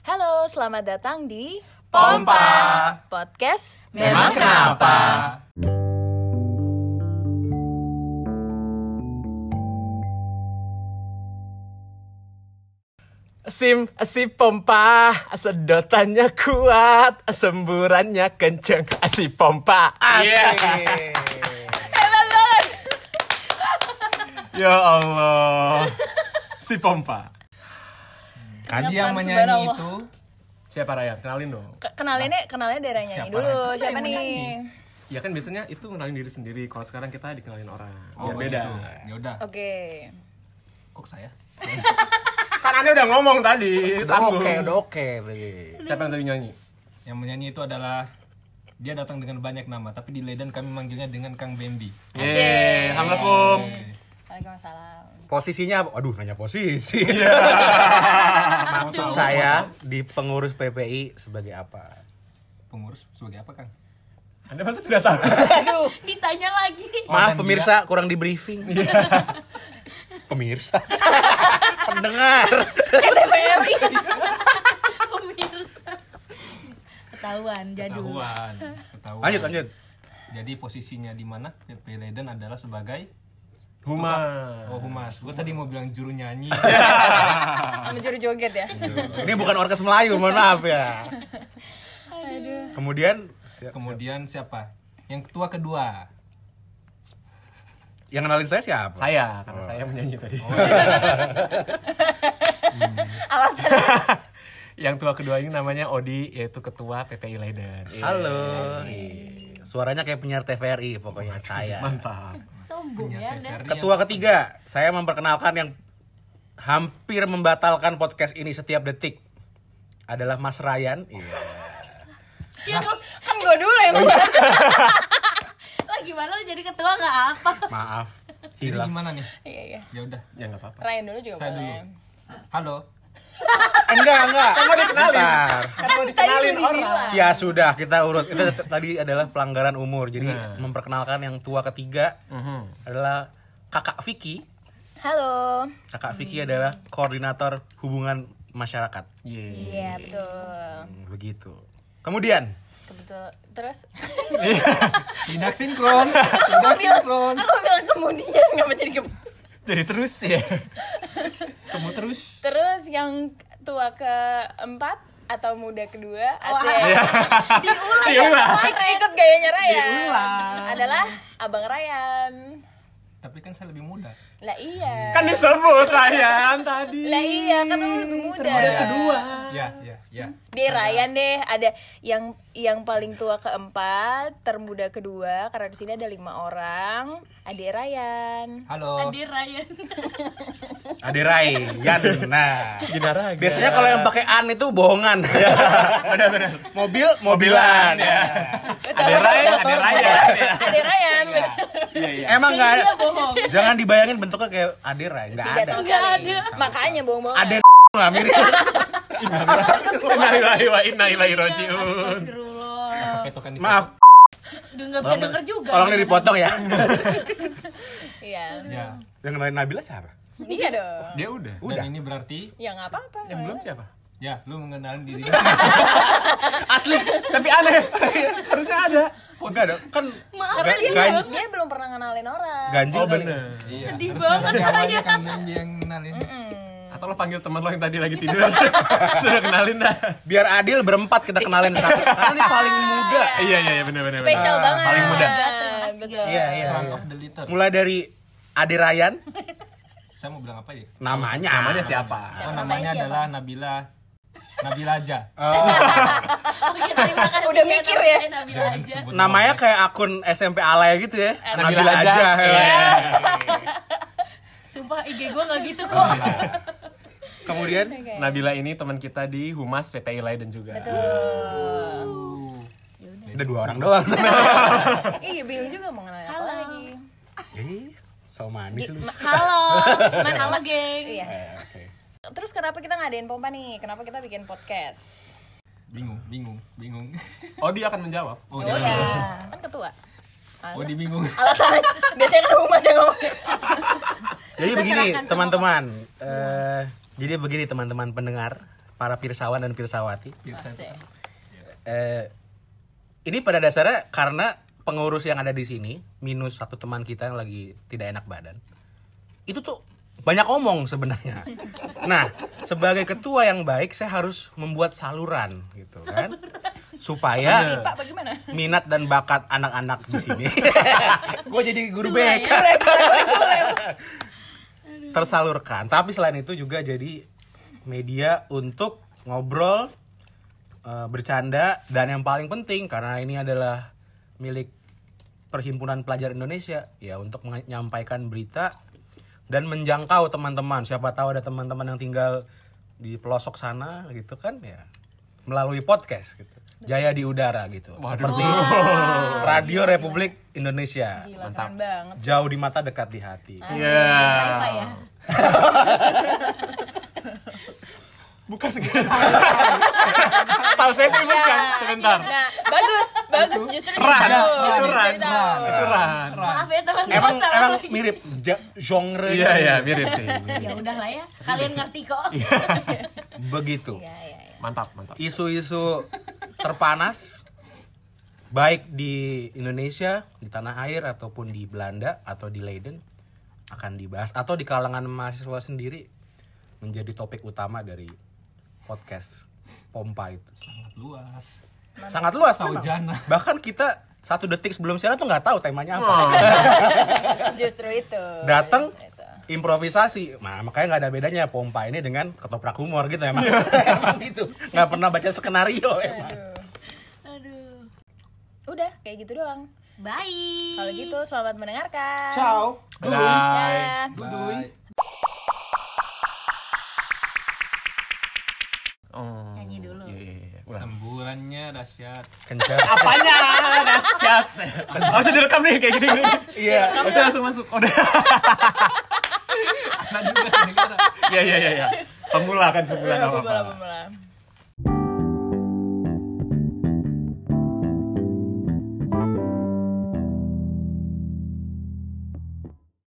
Halo, selamat datang di Pompa Podcast Memang Kenapa. Si pompa, sedotannya kuat, semburannya kenceng, si pompa. Hebat banget. Ya Allah, si pompa. Tadi Subhanallah. yang menyanyi itu Siapa Raya? Kenalin dong. Kenalinnya daerah nyanyi Siapa? dulu. Kita Siapa yang nih? menyanyi. Ya kan biasanya itu kenalin diri sendiri. Kalau sekarang kita dikenalin orang. oh Biar beda. gitu. Ya udah. Oke. Kok saya? Kan Anda udah ngomong tadi. Tanggung. Udah oke berarti. Siapa yang tadi nyanyi? Yang menyanyi itu adalah dia datang dengan banyak nama, tapi di Ledan kami manggilnya dengan Kang Bambi. Yeay, Assalamualaikum. Waalaikumsalam. Posisinya, aduh nanya posisi. Maksud saya di pengurus PPI sebagai apa? Pengurus sebagai apa, Kang? Anda masa tidak tahu? Aduh, ditanya lagi. Maaf dan pemirsa, kurang di briefing. Pemirsa. Pendengar. TVRI. Pemirsa. Ketahuan jadul. Ketahuan. Lanjut. Jadi posisinya di mana? PP Ledan adalah sebagai Humas. Gue tadi mau bilang juru nyanyi. Mencuri joget ya. Ini bukan orkes Melayu, mohon maaf ya. Aduh. Kemudian Kemudian siapa? Yang ketua kedua. yang kenalin saya siapa? Saya, karena saya menyanyi tadi. Alasan. Yang tua kedua ini namanya Odi, yaitu ketua PPI Ledan. Halo. Suaranya kayak penyiar TVRI pokoknya saya. Mantap. Sombong ya Anda. Ketua ketiga, saya memperkenalkan yang hampir membatalkan podcast ini setiap detik adalah Mas Ryan. Iya. Ya kan gue dulu yang ngomong. Lah gimana lu jadi ketua nggak apa? Maaf. Jadi Hilaf. gimana nih? Iya. Ya udah. Ya nggak apa-apa. Ryan dulu juga Saya boleh. dulu. Halo. Enggak. Kamu dikenalin. Bentar. Kan tadi udah dibilang. Ya sudah, kita urut. Itu tadi adalah pelanggaran umur. Jadi memperkenalkan yang tua ketiga adalah Kakak Vicky. Halo. Kakak Vicky adalah koordinator hubungan masyarakat. Iya betul. Begitu. Kemudian Kebetul. Terus? Tidak sinkron. Tidak sinkron. Aku bilang kemudian nggak mau jadi Jadi terus ya. Kamu terus. Terus yang tua keempat atau muda kedua asik. Diulang. Ikut gayanya Ryan. Diulang. Adalah Abang Ryan. Tapi kan saya lebih muda. Lah iya. Kan disebut Ryan tadi. Lah iya kan lu lebih muda. Kedua. Ya. Deh Ryan deh ada yang paling tua keempat, termuda kedua karena di sini ada 5 orang. Adik Ryan. Halo. Adik Ryan. Ade Rai, Yan. Nah, Ginaraga. biasanya kalau yang pakai an itu bohongan. Benar-benar. Mobilan. Ya. Ada Ryan. Adik Ryan. Emang enggak ada. Dia bohong. Jangan dibayangin bentuknya kayak Ade Rai, enggak Tidak ada. sama sekali. Makanya bohong-bohong. Ade enggak mirip. Innalillahi wa inna ilaihi rajiun. Astagfirullah. Petokan di Maaf, Duh nggak bisa denger juga. tolong dipotong ya. Iya. Ya. Yang kenalin Nabila siapa? Iya dong. Dia udah. Dan ini berarti Ya nggak apa-apa. Yang belum siapa? ya lu mengenalin diri. Asli, Tapi aneh. Harusnya ada. enggak ada. Kan Karena dia belum pernah ngenalin orang. ganjil Oh kali. bener. Sedih banget Awalnya kan yang kenalin. Atau lo panggil teman lo yang tadi lagi tidur. Sudah kenalin dah. Biar adil berempat kita kenalin satu. Karena ini paling muda. Iya benar. Spesial banget. Paling muda. Betul. Iya. Crown of the litter. Mulai dari Ade Ryan, Saya mau bilang apa ya? Namanya siapa? Oh, namanya adalah Nabila aja. Udah mikir ya. Sebut Namanya kayak akun SMP alay gitu ya. Nabila Nabila aja. Iya. Sumpah IG gue nggak gitu kok. Kemudian Nabila ini teman kita di Humas PPI Ledan juga. Betul. ada 2 orang doang. Iya bingung juga mau ngenalin apa lagi. So manis lu. Halo. Halo geng. Iya. Oke. Terus kenapa kita ngadain pompa nih? Kenapa kita bikin podcast? bingung. Oh dia akan menjawab. Oh, Oh jangan. ya, kan ketua. Oh, bingung. Alasan biasanya kan humas yang ngomong. Jadi begini teman-teman. Jadi begini teman-teman pendengar, para pirsawan dan pirsawati. Asik. Ini pada dasarnya karena pengurus yang ada di sini minus satu teman kita yang lagi tidak enak badan. Itu tuh banyak omong sebenarnya. Nah, sebagai ketua yang baik saya harus membuat saluran gitu kan. Supaya Pak, bagaimana? minat dan bakat anak-anak di sini. Gue jadi guru BK. Tersalurkan. Tapi selain itu juga jadi media untuk ngobrol, bercanda, dan yang paling penting karena ini adalah milik Perhimpunan Pelajar Indonesia, ya untuk menyampaikan berita dan menjangkau teman-teman. Siapa tahu ada teman-teman yang tinggal di pelosok sana gitu kan, ya melalui podcast gitu. Jaya di udara gitu. Seperti Radio Republik Indonesia. Gila, keren banget. Jauh di mata, dekat di hati. Iya. Hi-Fi ya. Bukan gitu. Tahu saya sih bukan. Sebentar. Nah, bagus justru Ran. gitu. Itu Ran. Jadi tahu. Itu Ran. Maaf ya teman-teman. Emang mirip genre. Iya, mirip sih. Ya udah lah ya. Kalian ngerti kok. Begitu. Iya. Mantap. Isu-isu terpanas baik di Indonesia, di tanah air ataupun di Belanda atau di Leiden akan dibahas atau di kalangan mahasiswa sendiri menjadi topik utama dari podcast Pompa itu. Luas. Sangat luas memang. Saujana. Bahkan kita 1 detik sebelum siaran tuh nggak tahu temanya apa. Justru itu. Datang improvisasi. Nah, makanya nggak ada bedanya Pompa ini dengan ketoprak humor gitu emang. Emang gitu. Nggak pernah baca skenario emang. Aduh. Udah, kayak gitu doang. Bye. Kalau gitu selamat mendengarkan. Ciao. Bye. Dah. Bye. Oh. Nyanyi dulu. Iya. Semburannya dahsyat. Kencang. Apanya? Dahsyat. Harus direkam nih kayak gini. Iya. Harus langsung masuk. Udah. Anak juga negara. Iya. Pemula kan, pemula. Pemula.